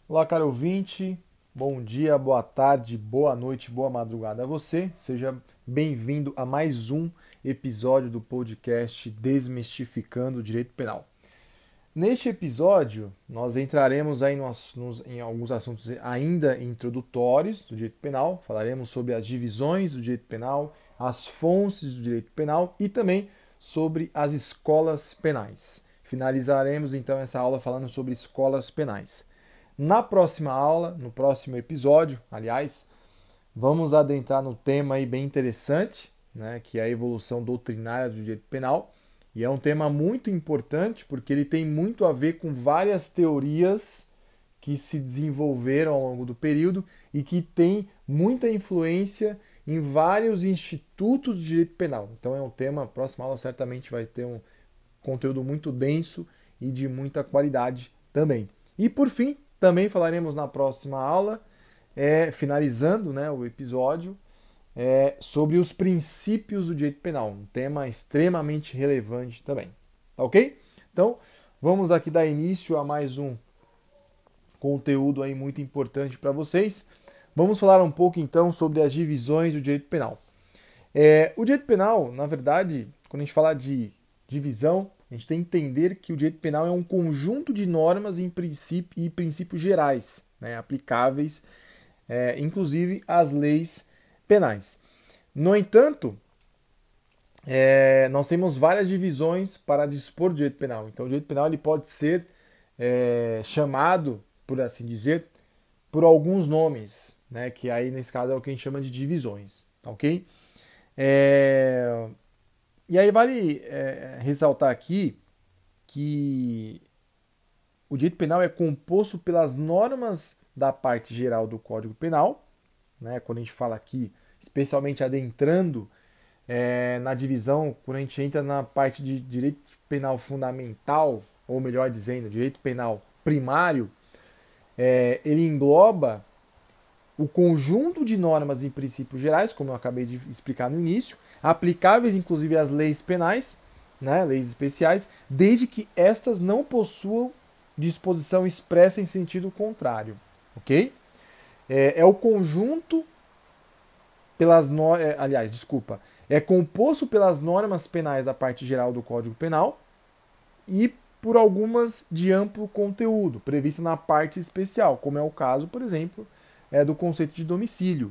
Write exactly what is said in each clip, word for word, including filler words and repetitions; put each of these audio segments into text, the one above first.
Olá, caro ouvinte. Bom dia, boa tarde, boa noite, boa madrugada a você. Seja bem-vindo a mais um episódio do podcast Desmistificando o Direito Penal. Neste episódio, nós entraremos aí nos, nos, em alguns assuntos ainda introdutórios do direito penal. Falaremos sobre as divisões do direito penal, as fontes do direito penal e também sobre as escolas penais. Finalizaremos então essa aula falando sobre escolas penais. Na próxima aula, no próximo episódio, aliás, vamos adentrar no tema aí bem interessante, né, que é a evolução doutrinária do direito penal. E é um tema muito importante porque ele tem muito a ver com várias teorias que se desenvolveram ao longo do período e que tem muita influência em vários institutos de direito penal. Então é um tema, a próxima aula certamente vai ter um conteúdo muito denso e de muita qualidade também. E por fim, também falaremos na próxima aula, é, finalizando, né, o episódio, é, sobre os princípios do direito penal, um tema extremamente relevante também. Tá ok? Então, vamos aqui dar início a mais um conteúdo aí muito importante para vocês. Vamos falar um pouco então sobre as divisões do direito penal. É, o direito penal, na verdade, quando a gente fala de divisão, a gente tem que entender que o direito penal é um conjunto de normas em princípio, e princípios gerais, né, aplicáveis, é, inclusive às leis penais. No entanto, é, nós temos várias divisões para dispor do direito penal. Então, o direito penal ele pode ser é, chamado, por assim dizer, por alguns nomes, né, que aí nesse caso é o que a gente chama de divisões, ok? É, e aí vale é, ressaltar aqui que o direito penal é composto pelas normas da parte geral do Código Penal, né? Quando a gente fala aqui, especialmente adentrando é, na divisão, quando a gente entra na parte de direito penal fundamental, ou melhor dizendo, direito penal primário, é, ele engloba o conjunto de normas e princípios gerais, como eu acabei de explicar no início, aplicáveis inclusive às leis penais, né, leis especiais, desde que estas não possuam disposição expressa em sentido contrário, ok? É, é o conjunto pelas no... é, aliás, desculpa, é composto pelas normas penais da parte geral do Código Penal e por algumas de amplo conteúdo, prevista na parte especial, como é o caso, por exemplo, é do conceito de domicílio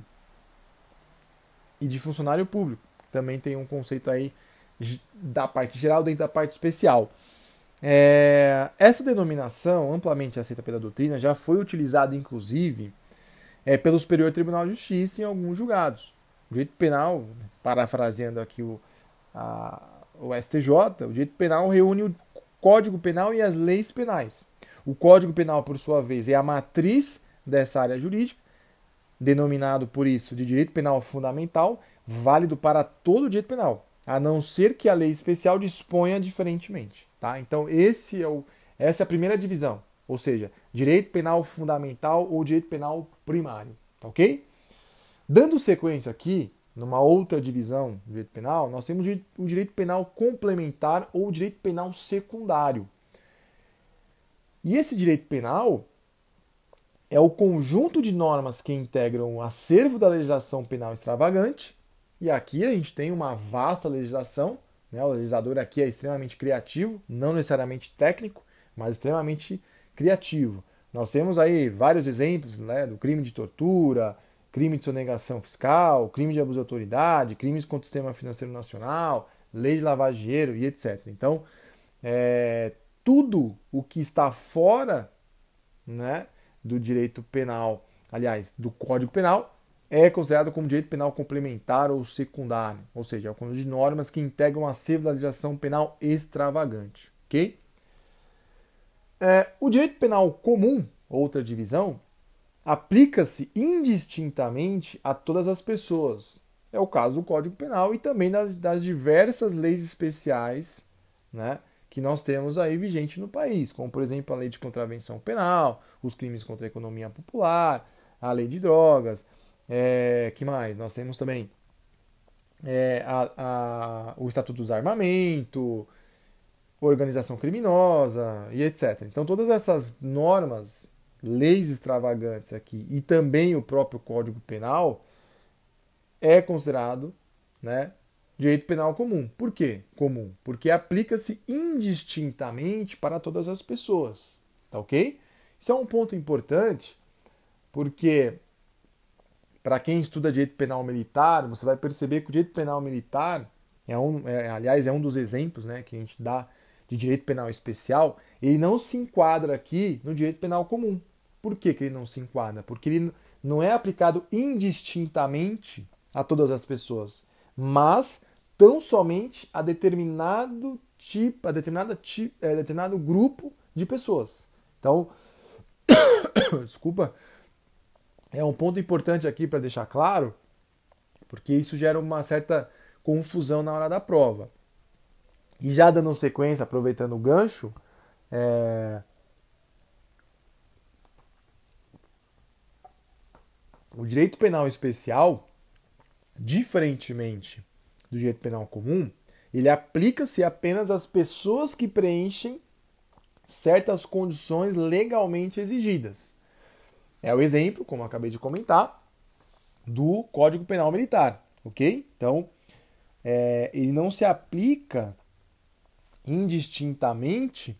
e de funcionário público. Também tem um conceito aí da parte geral dentro da parte especial. É, essa denominação, amplamente aceita pela doutrina, já foi utilizada, inclusive, é, pelo Superior Tribunal de Justiça em alguns julgados. O direito penal, parafraseando aqui o, a, o S T J, o direito penal reúne o Código Penal e as leis penais. O Código Penal, por sua vez, é a matriz dessa área jurídica, denominado por isso de direito penal fundamental, válido para todo o direito penal, a não ser que a lei especial disponha diferentemente. Tá? Então, esse é o, essa é a primeira divisão, ou seja, direito penal fundamental ou direito penal primário. Tá ok? Dando sequência aqui, numa outra divisão do direito penal, nós temos o direito penal complementar ou direito penal secundário. E esse direito penal é o conjunto de normas que integram o acervo da legislação penal extravagante. E aqui a gente tem uma vasta legislação, né? O legislador aqui é extremamente criativo, não necessariamente técnico, mas extremamente criativo. Nós temos aí vários exemplos, né, do crime de tortura, crime de sonegação fiscal, crime de abuso de autoridade, crimes contra o sistema financeiro nacional, lei de lavagem de dinheiro e etcétera. Então, é, tudo o que está fora, né, do direito penal, aliás, do Código Penal, é considerado como direito penal complementar ou secundário, ou seja, é o conjunto de normas que integram o acervo da legislação penal extravagante, ok? É, o direito penal comum, outra divisão, aplica-se indistintamente a todas as pessoas. É o caso do Código Penal e também das, das diversas leis especiais, né, que nós temos aí vigente no país, como por exemplo a lei de contravenção penal, os crimes contra a economia popular, a lei de drogas, é, que mais? Nós temos também é, a, a, o Estatuto dos Armamentos, organização criminosa e etcétera. Então todas essas normas leis extravagantes aqui e também o próprio Código Penal é considerado, né, direito penal comum. Por quê? Comum. Porque aplica-se indistintamente para todas as pessoas. Tá ok? Isso é um ponto importante, porque para quem estuda direito penal militar, você vai perceber que o direito penal militar, é um, é, aliás, é um dos exemplos, né, que a gente dá de direito penal especial, ele não se enquadra aqui no direito penal comum. Por que, que ele não se enquadra? Porque ele não é aplicado indistintamente a todas as pessoas, mas tão somente a determinado tipo, a determinada tipo, é, determinado grupo de pessoas. Então, desculpa, é um ponto importante aqui para deixar claro, porque isso gera uma certa confusão na hora da prova. E já dando sequência, aproveitando o gancho, é... o direito penal especial, diferentemente do direito penal comum, ele aplica-se apenas às pessoas que preenchem certas condições legalmente exigidas. É o exemplo, como eu acabei de comentar, do Código Penal Militar, ok? Então, é, ele não se aplica indistintamente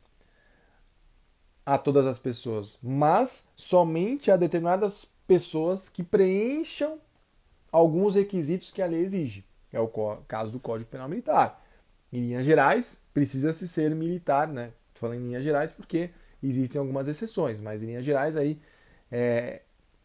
a todas as pessoas, mas somente a determinadas pessoas que preencham alguns requisitos que a lei exige. É o caso do Código Penal Militar. Em linhas gerais, precisa-se ser militar, né? Estou falando em linhas gerais porque existem algumas exceções, mas em linhas gerais aí é,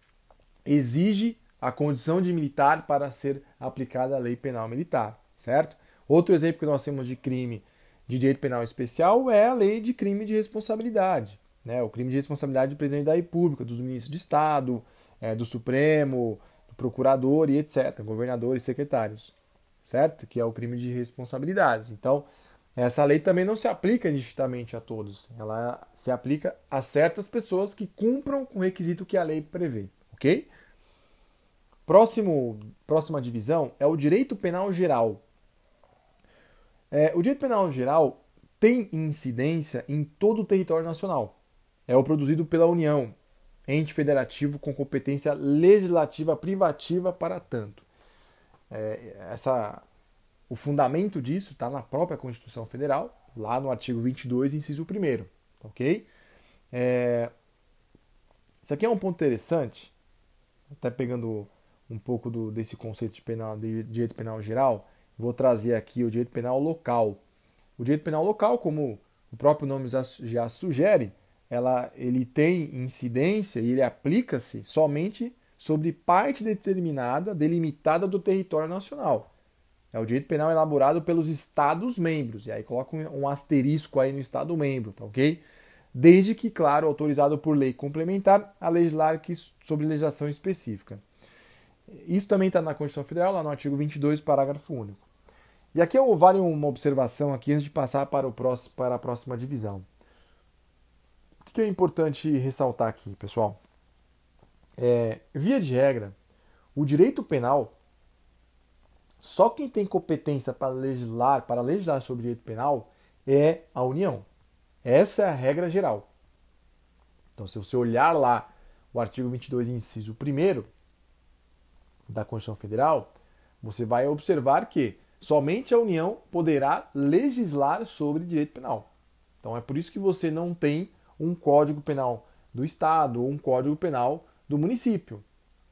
exige a condição de militar para ser aplicada a lei penal militar, certo? Outro exemplo que nós temos de crime de direito penal especial é a lei de crime de responsabilidade, né? O crime de responsabilidade do presidente da República, dos ministros de Estado, é, do Supremo, do procurador e etcétera, governadores e secretários, certo? Que é o crime de responsabilidades. Então, essa lei também não se aplica indistintamente a todos. Ela se aplica a certas pessoas que cumpram com o requisito que a lei prevê, ok? Próximo, próxima divisão é o direito penal geral. É, o direito penal geral tem incidência em todo o território nacional. É o produzido pela União, ente federativo com competência legislativa privativa para tanto. É, essa, o fundamento disso está na própria Constituição Federal, lá no artigo vinte e dois, inciso primeiro. Ok? É, isso aqui é um ponto interessante, até pegando um pouco do, desse conceito de, penal, de direito penal geral, vou trazer aqui o direito penal local. O direito penal local, como o próprio nome já, já sugere, ela, ele tem incidência e ele aplica-se somente sobre parte determinada, delimitada do território nacional. É o direito penal elaborado pelos Estados-membros, e aí coloca um, um asterisco aí no Estado-membro, tá ok? Desde que, claro, autorizado por lei complementar a legislar que, sobre legislação específica. Isso também está na Constituição Federal, lá no artigo vinte e dois, parágrafo único. E aqui vale uma observação aqui antes de passar para, o próximo, para a próxima divisão. O que é importante ressaltar aqui, pessoal? É, via de regra, o direito penal, só quem tem competência para legislar, para legislar sobre direito penal é a União. Essa é a regra geral. Então, se você olhar lá o artigo vinte e dois, inciso primeiro da Constituição Federal, você vai observar que somente a União poderá legislar sobre direito penal. Então é por isso que você não tem um Código Penal do Estado ou um Código Penal do município.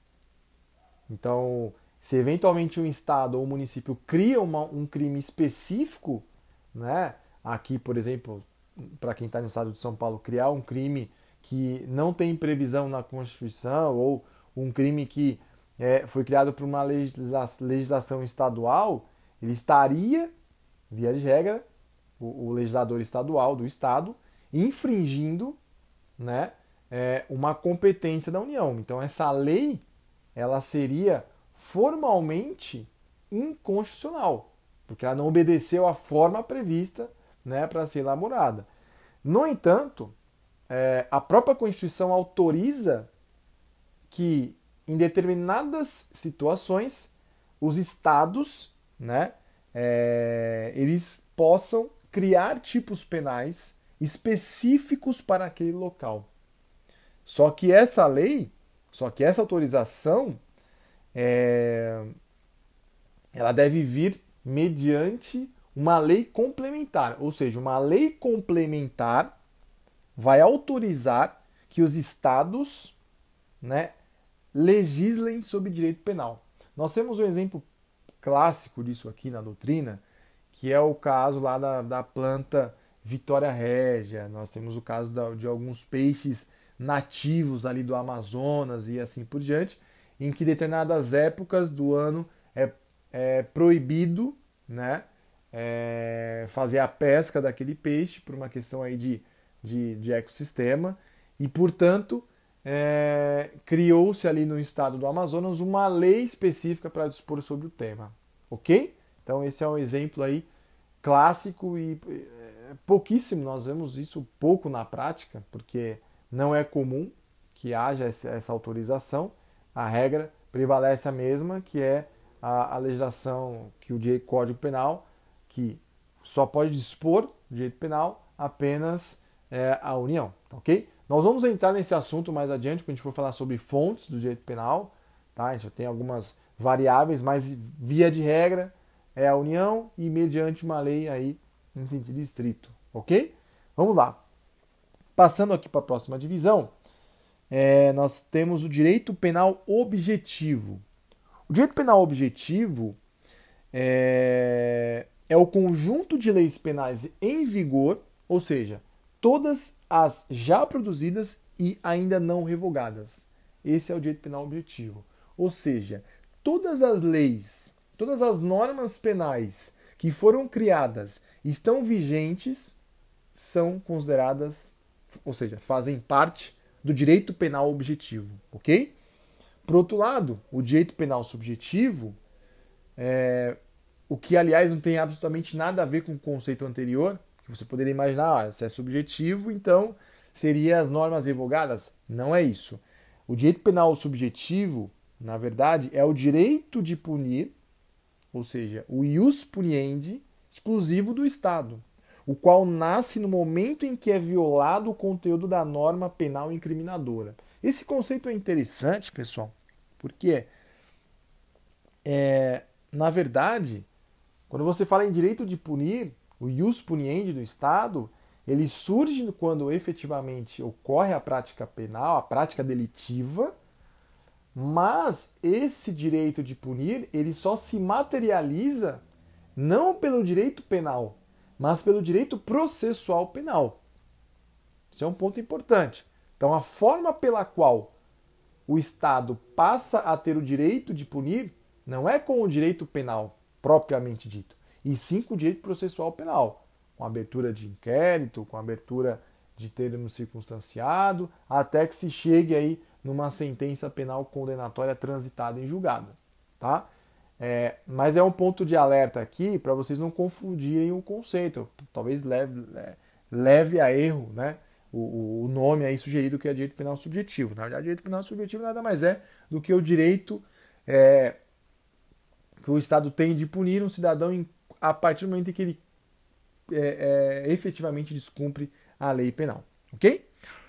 Então, se eventualmente um Estado ou um município cria uma, um crime específico, né? Aqui, por exemplo, para quem está no estado de São Paulo, criar um crime que não tem previsão na Constituição ou um crime que é, foi criado por uma legisla legislação estadual, ele estaria, via de regra, o, o legislador estadual do Estado, infringindo, né, é, uma competência da União. Então, essa lei ela seria formalmente inconstitucional, porque ela não obedeceu à forma prevista, né, para ser elaborada. No entanto, é, a própria Constituição autoriza que, em determinadas situações, os estados, né, é, eles possam criar tipos penais específicos para aquele local. Só que essa lei, só que essa autorização, é, ela deve vir mediante uma lei complementar. Ou seja, uma lei complementar vai autorizar que os estados, né, legislem sobre direito penal. Nós temos um exemplo clássico disso aqui na doutrina, que é o caso lá da, da planta Vitória Régia. Nós temos o caso da, de alguns peixes nativos ali do Amazonas e assim por diante, em que determinadas épocas do ano é, é proibido, né, é, fazer a pesca daquele peixe por uma questão aí de, de, de ecossistema e, portanto, é, criou-se ali no estado do Amazonas uma lei específica para dispor sobre o tema, ok? Então esse é um exemplo aí clássico e é, pouquíssimo, nós vemos isso pouco na prática, porque não é comum que haja essa autorização. A regra prevalece a mesma, que é a, a legislação, que o direito Código Penal, que só pode dispor do direito penal apenas é, a União, tá, ok? Nós vamos entrar nesse assunto mais adiante, quando a gente for falar sobre fontes do direito penal, tá? A gente já tem algumas variáveis, mas via de regra é a União e mediante uma lei aí em sentido estrito, ok? Vamos lá. Passando aqui para a próxima divisão, é, nós temos o direito penal objetivo. O direito penal objetivo é, é o conjunto de leis penais em vigor, ou seja, todas as já produzidas e ainda não revogadas. Esse é o direito penal objetivo. Ou seja, todas as leis, todas as normas penais que foram criadas e estão vigentes são consideradas, ou seja, fazem parte do direito penal objetivo, ok? Por outro lado, o direito penal subjetivo, é, o que aliás não tem absolutamente nada a ver com o conceito anterior, que você poderia imaginar, ah, se é subjetivo, então seria as normas revogadas. Não é isso. O direito penal subjetivo, na verdade, é o direito de punir, ou seja, o ius puniendi exclusivo do Estado, o qual nasce no momento em que é violado o conteúdo da norma penal incriminadora. Esse conceito é interessante, pessoal, porque, é, na verdade, quando você fala em direito de punir, o ius puniendi do Estado, ele surge quando efetivamente ocorre a prática penal, a prática delitiva, mas esse direito de punir, ele só se materializa não pelo direito penal, mas pelo direito processual penal. Isso é um ponto importante. Então, a forma pela qual o Estado passa a ter o direito de punir não é com o direito penal propriamente dito, e sim com o direito processual penal, com abertura de inquérito, com abertura de termo circunstanciado, até que se chegue aí numa sentença penal condenatória transitada em julgado, tá? É, mas é um ponto de alerta aqui para vocês não confundirem o conceito. Talvez leve, leve a erro, né, o, o nome aí sugerido que é direito penal subjetivo. Na verdade, direito penal subjetivo nada mais é do que o direito é, que o Estado tem de punir um cidadão em, a partir do momento em que ele é, é, efetivamente descumpre a lei penal. Ok?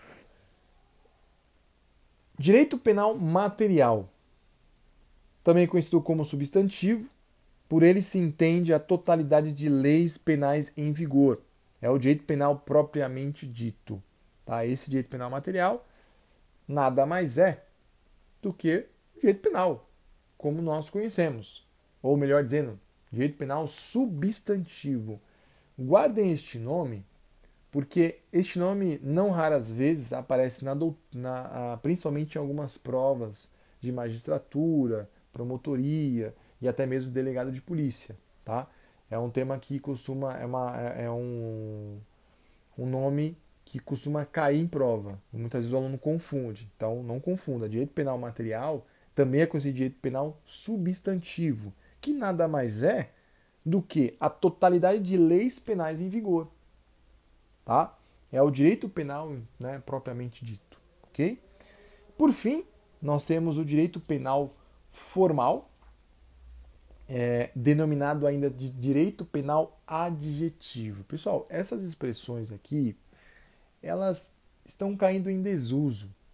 Direito penal material, também conhecido como substantivo, por ele se entende a totalidade de leis penais em vigor. É o direito penal propriamente dito. Tá? Esse direito penal material nada mais é do que o direito penal, como nós conhecemos. Ou melhor dizendo, direito penal substantivo. Guardem este nome, porque este nome não raras vezes aparece na, na, principalmente em algumas provas de magistratura, promotoria e até mesmo delegado de polícia, tá? É um tema que costuma é, uma, é um, um nome que costuma cair em prova. Muitas vezes o aluno confunde. Então não confunda. Direito penal material também é conhecido direito penal substantivo, que nada mais é do que a totalidade de leis penais em vigor, tá? É o direito penal, né, propriamente dito, ok? Por fim, nós temos o direito penal formal, é, denominado ainda de direito penal adjetivo. Pessoal, essas expressões aqui, elas estão caindo em desuso,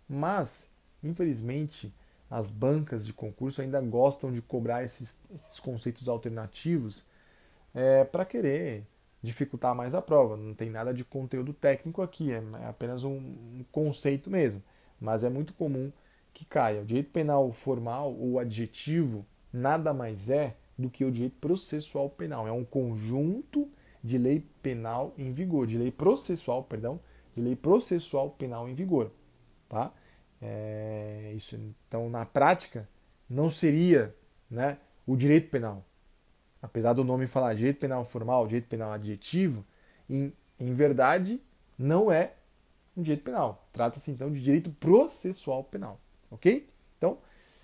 Mas, infelizmente, as bancas de concurso ainda gostam de cobrar esses, esses conceitos alternativos é, para querer dificultar mais a prova. Não tem nada de conteúdo técnico aqui, é apenas um, um conceito mesmo. Mas é muito comum que caia. O direito penal formal, o adjetivo, nada mais é do que o direito processual penal. É um conjunto de lei penal em vigor, de lei processual, perdão, de lei processual penal em vigor, tá? É, isso, então, na prática, não seria, né, o direito penal. Apesar do nome falar direito penal formal, direito penal adjetivo, em, em verdade, não é um direito penal. Trata-se, então, de direito processual penal, ok? Então,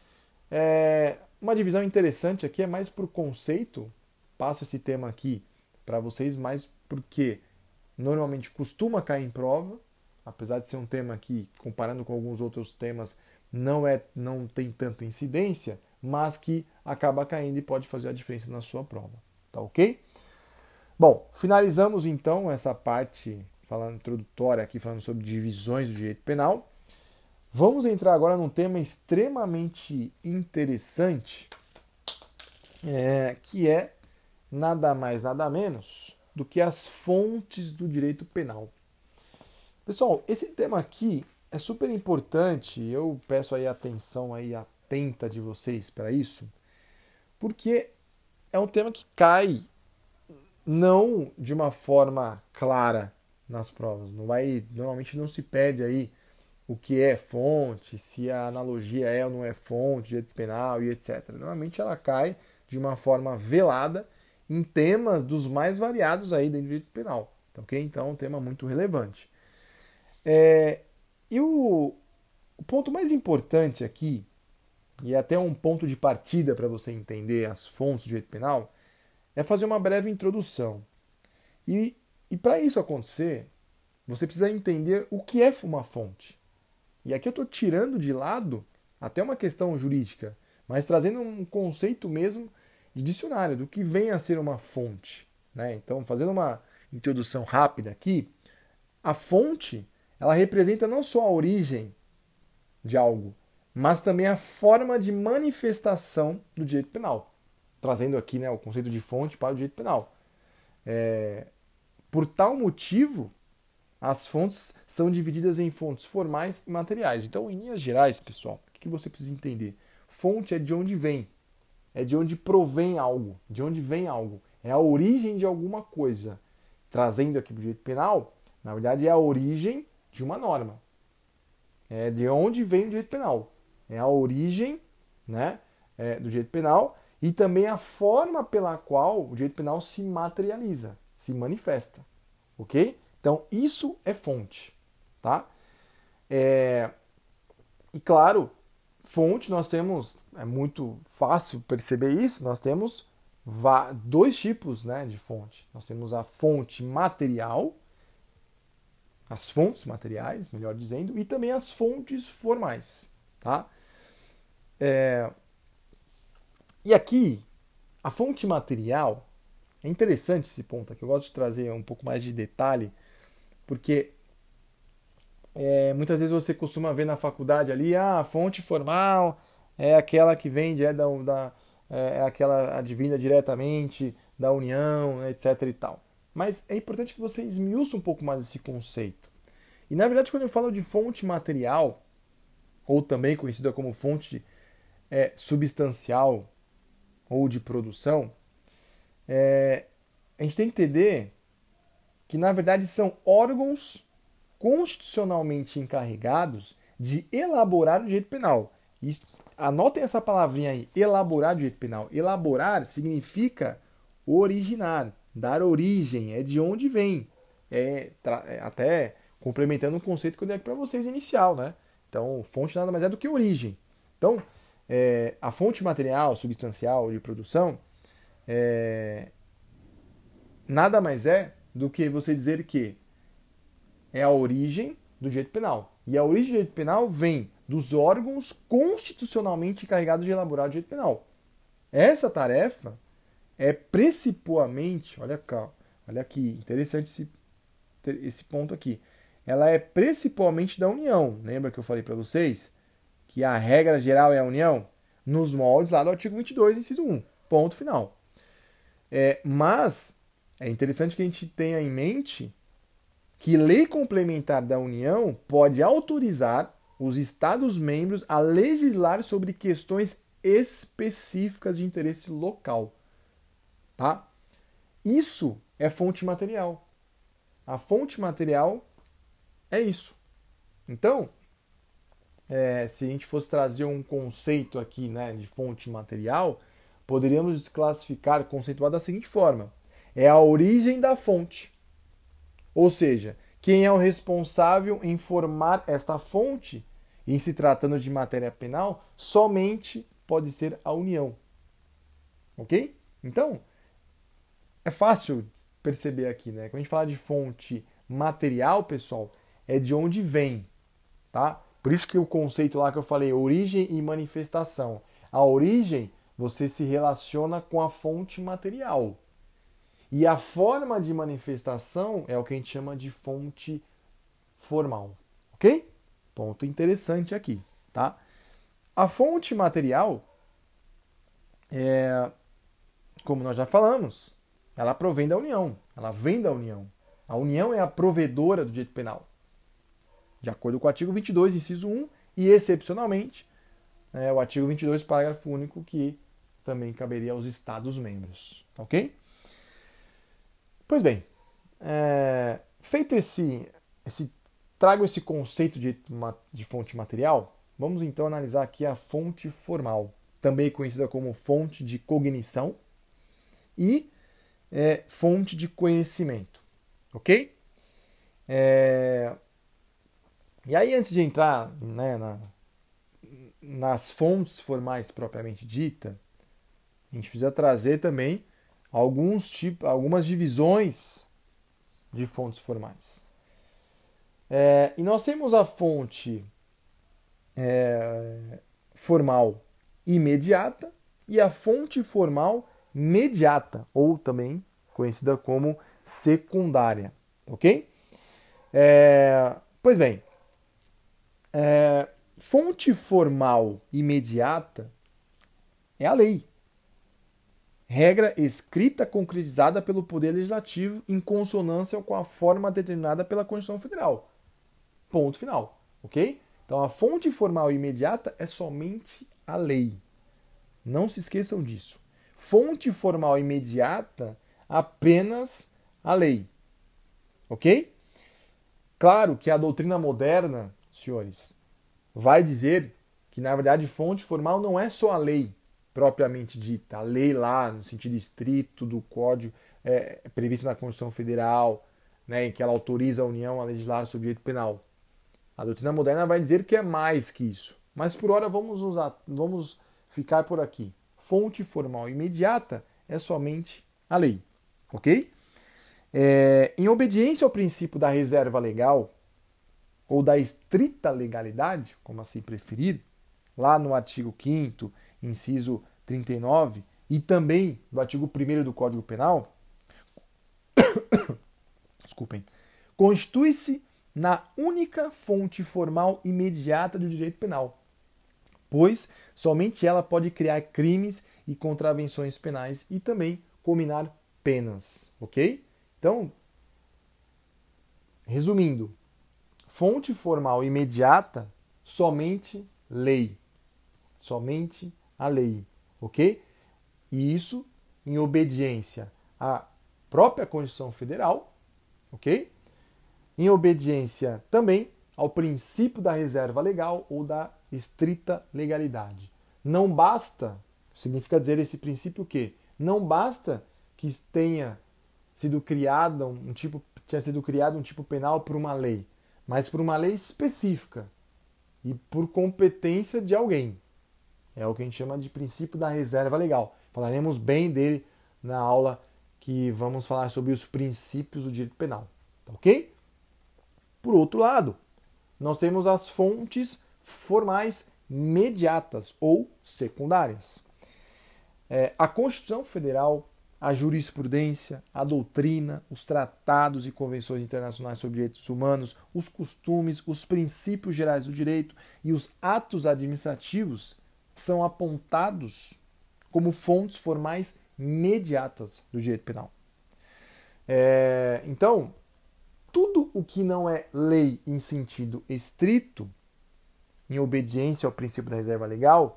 é, uma divisão interessante aqui é mais por conceito. Passo esse tema aqui para vocês, mais porque normalmente costuma cair em prova, apesar de ser um tema que, comparando com alguns outros temas, não, é, não tem tanta incidência, mas que acaba caindo e pode fazer a diferença na sua prova. Tá ok? Bom, finalizamos então essa parte falando introdutória aqui, falando sobre divisões do direito penal. Vamos entrar agora num tema extremamente interessante, é, que é nada mais, nada menos do que as fontes do direito penal. Pessoal, esse tema aqui é super importante, eu peço aí atenção aí atenta de vocês para isso, porque é um tema que cai não de uma forma clara nas provas. Não vai, normalmente não se pede aí o que é fonte, se a analogia é ou não é fonte, direito penal e etcétera. Normalmente ela cai de uma forma velada em temas dos mais variados aí dentro do direito penal. Okay? Então é um tema muito relevante. É, e o, o ponto mais importante aqui, e é até um ponto de partida para você entender as fontes do direito penal, é fazer uma breve introdução. E, e para isso acontecer, você precisa entender o que é uma fonte. E aqui eu estou tirando de lado até uma questão jurídica, mas trazendo um conceito mesmo de dicionário, do que vem a ser uma fonte. Né? Então, fazendo uma introdução rápida aqui, a fonte ela representa não só a origem de algo, mas também a forma de manifestação do direito penal. Trazendo aqui, né, o conceito de fonte para o direito penal. É, por tal motivo, as fontes são divididas em fontes formais e materiais. Então, em linhas gerais, pessoal, o que você precisa entender? Fonte é de onde vem, é de onde provém algo, de onde vem algo. É a origem de alguma coisa. Trazendo aqui para o direito penal, na verdade é a origem de uma norma. É de onde vem o direito penal. É a origem, né, é, do direito penal e também a forma pela qual o direito penal se materializa, se manifesta. Ok? Então, isso é fonte. Tá? É, e claro, fonte nós temos, é muito fácil perceber isso, nós temos dois tipos, né, de fonte. Nós temos a fonte material, as fontes materiais, melhor dizendo, e também as fontes formais. Tá? É, e aqui, a fonte material, é interessante esse ponto aqui, eu gosto de trazer um pouco mais de detalhe, porque é, muitas vezes você costuma ver na faculdade ali, ah, a fonte formal é aquela que vem é, da, da, é aquela advinda diretamente da União, etc e tal. Mas é importante que você esmiuça um pouco mais esse conceito. E na verdade, quando eu falo de fonte material, ou também conhecida como fonte é, substancial ou de produção, é, a gente tem que entender que na verdade são órgãos constitucionalmente encarregados de elaborar o direito penal. E anotem essa palavrinha aí, elaborar o direito penal. Elaborar significa originar, dar origem, é de onde vem. É, é até complementando um conceito que eu dei aqui para vocês inicial, né? Então, fonte nada mais é do que origem. Então, é, a fonte material, substancial de produção é, nada mais é do que você dizer que é a origem do direito penal. E a origem do direito penal vem dos órgãos constitucionalmente encarregados de elaborar o direito penal. Essa tarefa é precipuamente, olha cá, olha aqui, interessante esse, esse ponto aqui. ela é principalmente da União. Lembra que eu falei para vocês que a regra geral é a União? Nos moldes lá do artigo vinte e dois, inciso um. Ponto final. É, mas é interessante que a gente tenha em mente que lei complementar da União pode autorizar os Estados-membros a legislar sobre questões específicas de interesse local. Tá? Isso é fonte material. A fonte material é isso. Então, é, se a gente fosse trazer um conceito aqui, né, de fonte material, poderíamos desclassificar, conceituar da seguinte forma: é a origem da fonte. Ou seja, quem é o responsável em formar esta fonte, em se tratando de matéria penal, somente pode ser a União. Ok? Então, é fácil perceber aqui, né? Quando a gente fala de fonte material, pessoal, é de onde vem, tá? Por isso que o conceito lá que eu falei, origem e manifestação. A origem, você se relaciona com a fonte material. E a forma de manifestação é o que a gente chama de fonte formal, ok? Ponto interessante aqui, tá? A fonte material, é, como nós já falamos, ela provém da União, ela vem da União. A União é a provedora do direito penal, de acordo com o artigo vinte e dois, inciso um, e excepcionalmente, é, o artigo vinte e dois, parágrafo único, que também caberia aos Estados-membros, ok? Pois bem, é, feito esse, esse, trago esse conceito de, de fonte material, vamos então analisar aqui a fonte formal, também conhecida como fonte de cognição e é, fonte de conhecimento, ok? É, e aí, antes de entrar, né, na, nas fontes formais propriamente dita, a gente precisa trazer também alguns tipos, algumas divisões de fontes formais. É, e nós temos a fonte é, formal imediata e a fonte formal mediata, ou também conhecida como secundária, ok? É, pois bem, é, fonte formal imediata é a lei. Regra escrita concretizada pelo Poder Legislativo em consonância com a forma determinada pela Constituição Federal. Ponto final, ok? Então a fonte formal imediata é somente a lei. Não se esqueçam disso. Fonte formal imediata, apenas a lei. Ok? Claro que a doutrina moderna, senhores, vai dizer que, na verdade, fonte formal não é só a lei propriamente dita, a lei lá, no sentido estrito do Código é, previsto na Constituição Federal, né, em que ela autoriza a União a legislar sobre direito penal. A doutrina moderna vai dizer que é mais que isso. Mas, por hora, vamos, usar, vamos ficar por aqui. Fonte formal imediata é somente a lei. Ok? É, em obediência ao princípio da reserva legal, ou da estrita legalidade, como assim preferir, lá no artigo quinto, inciso trinta e nove, e também do artigo primeiro do Código Penal, desculpem, constitui-se na única fonte formal imediata do direito penal, pois somente ela pode criar crimes e contravenções penais e também combinar penas, ok? Então, resumindo, fonte formal imediata, somente lei, somente a lei, ok? E isso em obediência à própria Constituição Federal, ok? Em obediência também ao princípio da reserva legal ou da estrita legalidade. Não basta, significa dizer esse princípio o quê? Não basta que tenha sido criado um tipo, tenha sido criado um tipo penal por uma lei, mas por uma lei específica e por competência de alguém. É o que a gente chama de princípio da reserva legal. Falaremos bem dele na aula que vamos falar sobre os princípios do direito penal. Tá ok? Por outro lado, nós temos as fontes formais mediatas ou secundárias. É, a Constituição Federal a jurisprudência, a doutrina, os tratados e convenções internacionais sobre direitos humanos, os costumes, os princípios gerais do direito e os atos administrativos são apontados como fontes formais imediatas do direito penal. É, então, tudo o que não é lei em sentido estrito, em obediência ao princípio da reserva legal,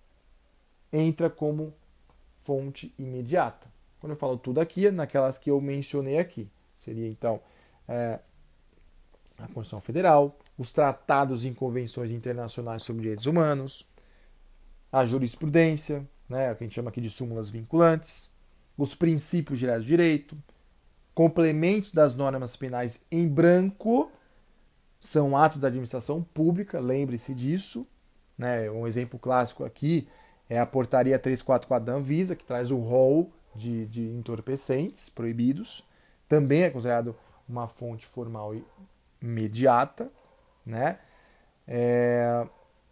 entra como fonte imediata. Quando eu falo tudo aqui, é naquelas que eu mencionei aqui. Seria, então, é, a Constituição Federal, os tratados e convenções internacionais sobre direitos humanos, a jurisprudência, né, o que a gente chama aqui de súmulas vinculantes, os princípios gerais do direito, complementos das normas penais em branco, são atos da administração pública, lembre-se disso. Né, um exemplo clássico aqui é a portaria trezentos e quarenta e quatro da Anvisa, que traz o rol de, de entorpecentes proibidos. Também é considerado uma fonte formal e imediata. Né? É...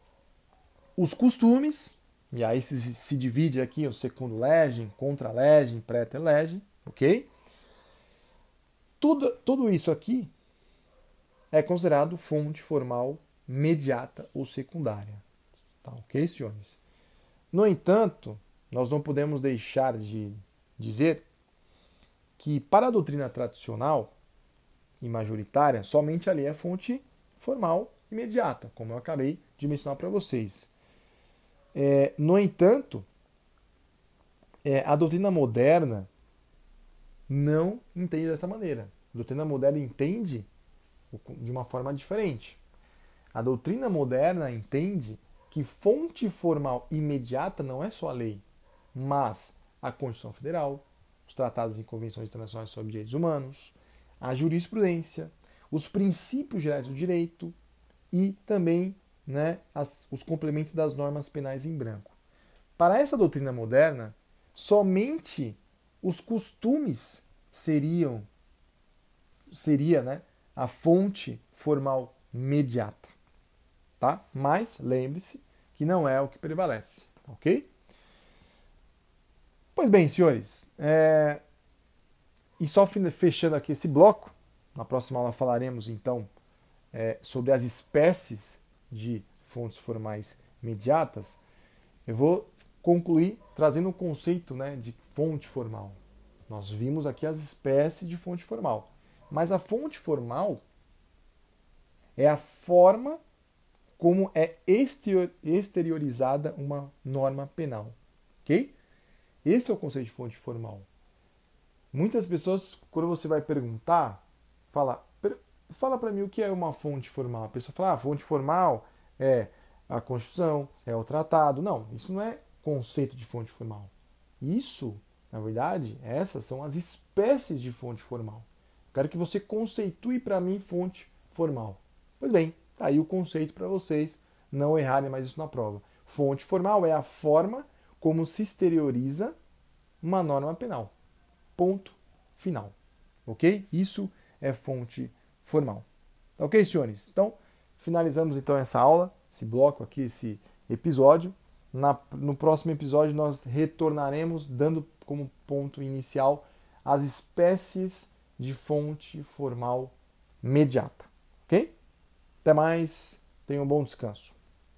Os costumes, e aí se, se divide aqui o secundo legem, contra legem, praeter legem, ok? Tudo, tudo isso aqui é considerado fonte formal imediata ou secundária. Tá, ok, senhores? No entanto, nós não podemos deixar de dizer que para a doutrina tradicional e majoritária, somente ali é fonte formal imediata, como eu acabei de mencionar para vocês. É, no entanto, é, a doutrina moderna não entende dessa maneira. A doutrina moderna entende de uma forma diferente. A doutrina moderna entende que fonte formal imediata não é só a lei, mas a Constituição Federal, os tratados e convenções internacionais sobre direitos humanos, a jurisprudência, os princípios gerais do direito e também, né, as, os complementos das normas penais em branco. Para essa doutrina moderna, somente os costumes seriam seria, né, a fonte formal imediata. Tá? Mas lembre-se que não é o que prevalece. Ok? Pois bem, senhores, é... e só fechando aqui esse bloco, na próxima aula falaremos então é, sobre as espécies de fontes formais imediatas. Eu vou concluir trazendo o conceito, né, de fonte formal. Nós vimos aqui as espécies de fonte formal. Mas a fonte formal é a forma como é exteriorizada uma norma penal. Ok? Esse é o conceito de fonte formal. Muitas pessoas, quando você vai perguntar, fala, fala para mim o que é uma fonte formal. A pessoa fala, ah, fonte formal é a Constituição, é o tratado. Não, isso não é conceito de fonte formal. Isso, na verdade, essas são as espécies de fonte formal. Quero que você conceitue para mim fonte formal. Pois bem, tá aí o conceito para vocês não errarem mais isso na prova. Fonte formal é a forma como se exterioriza uma norma penal. Ponto final. Ok? Isso é fonte formal. Tá ok, senhores? Então, finalizamos então essa aula, esse bloco aqui, esse episódio. Na, no próximo episódio nós retornaremos dando como ponto inicial as espécies de fonte formal imediata. Ok? Até mais. Tenham um bom descanso.